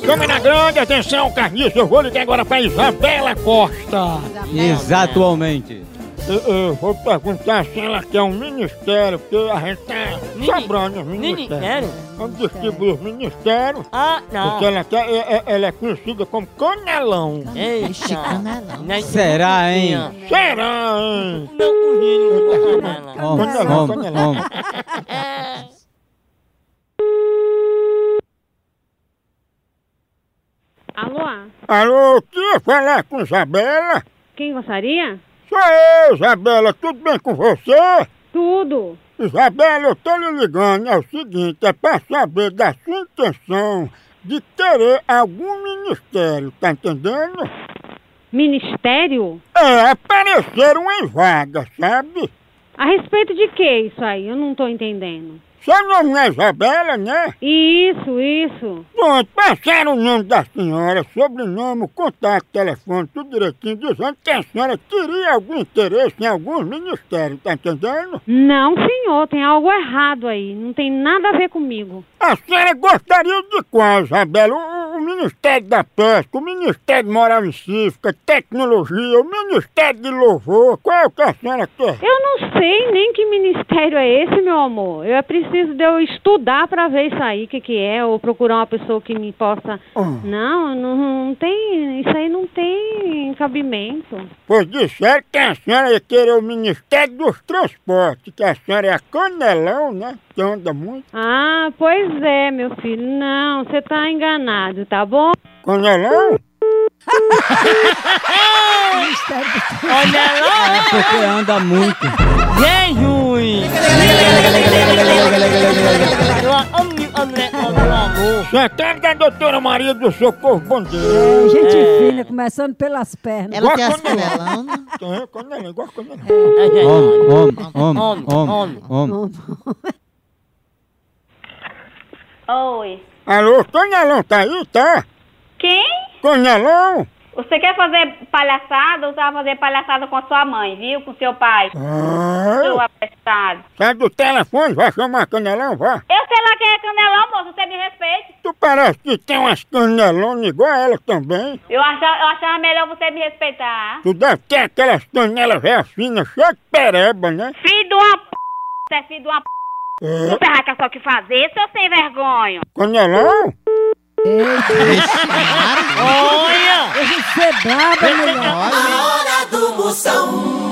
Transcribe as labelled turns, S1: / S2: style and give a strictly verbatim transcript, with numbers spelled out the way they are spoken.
S1: Câmera grande, atenção, carniça, eu vou ligar agora pra Isabela Costa.
S2: Exatamente.
S1: Eu, eu vou perguntar se ela quer um ministério, porque a gente tá sobrando os ministérios.
S3: Ministério?
S1: Vamos distribuir os ministérios.
S3: Ah, não.
S1: Porque ela, quer, é- é- ela é conhecida como Canelão.
S3: Eita. Canelão.
S2: Será, hein?
S1: Será, hein?
S3: Meu cunhinho canela.
S2: Homem,
S1: Canelão,
S2: homem,
S1: canelão.
S2: homem.
S4: Alô?
S1: Alô, queria falar com Isabela?
S4: Quem gostaria?
S1: Sou eu, Isabela, tudo bem com você?
S4: Tudo.
S1: Isabela, eu tô lhe ligando, é o seguinte, é pra saber da sua intenção de querer algum ministério, tá entendendo?
S4: Ministério?
S1: É, apareceram em vaga, sabe?
S4: A respeito de que isso aí? Eu não tô entendendo.
S1: Seu nome não é Isabela, né?
S4: Isso, isso.
S1: Pronto, passaram o nome da senhora, sobrenome, o contato, telefone, tudo direitinho, dizendo que a senhora teria algum interesse em alguns ministérios, tá entendendo?
S4: Não, senhor, tem algo errado aí. Não tem nada a ver comigo.
S1: A senhora gostaria de qual, Isabela? O, o Ministério da Pesca, o Ministério de Moral e Cívica, Tecnologia, o Ministério de Louvor, qual é o que a senhora quer?
S4: Eu não sei nem que ministério é esse, meu amor. Eu é preciso de eu estudar pra ver isso aí, o que que é, ou procurar uma pessoa que me possa...
S1: Hum.
S4: Não, não, não tem... Isso aí não tem cabimento.
S1: Pois disseram que a senhora ia querer o Ministério dos Transportes, que a senhora é a Canelão, né? Que anda muito.
S4: Ah, pois é, meu filho. Não, você tá enganado, tá bom?
S1: Canelão?
S3: Olha lá.
S2: Porque anda muito.
S3: Bem ruim.
S1: Secretário da doutora Maria do Socorro, bom dia.
S5: É, gente fina, começando pelas pernas.
S6: Ela tem
S1: Igual
S6: as canelão, né?
S1: Tem, Canelão, igual Canelão.
S2: Homem, homem, homem, homem, homem.
S7: Oi.
S1: Alô, Canelão tá aí, tá?
S7: Quem?
S1: Canelão?
S7: Você quer fazer palhaçada ou você vai fazer palhaçada com a sua mãe, viu? Com seu pai. Seu
S1: Ah,
S7: apressado.
S1: sai do telefone, vai chamar Canelão, vá.
S7: Eu sei lá quem é canelão, moço. Você me respeite.
S1: Tu parece que tem umas canelonas igual a ela também.
S7: Eu achava, eu achava melhor você me respeitar.
S1: Tu deve ter aquelas canelas velhas finas, cheias de pereba, né?
S7: Filho de uma p... Você é filho de uma p...
S1: É.
S7: Você vai ter só o que fazer, seu sem vergonha.
S1: Canelão?
S3: Olha.
S5: Deixa de ser braba, mulher.
S6: Olha.
S8: A hora do Moção.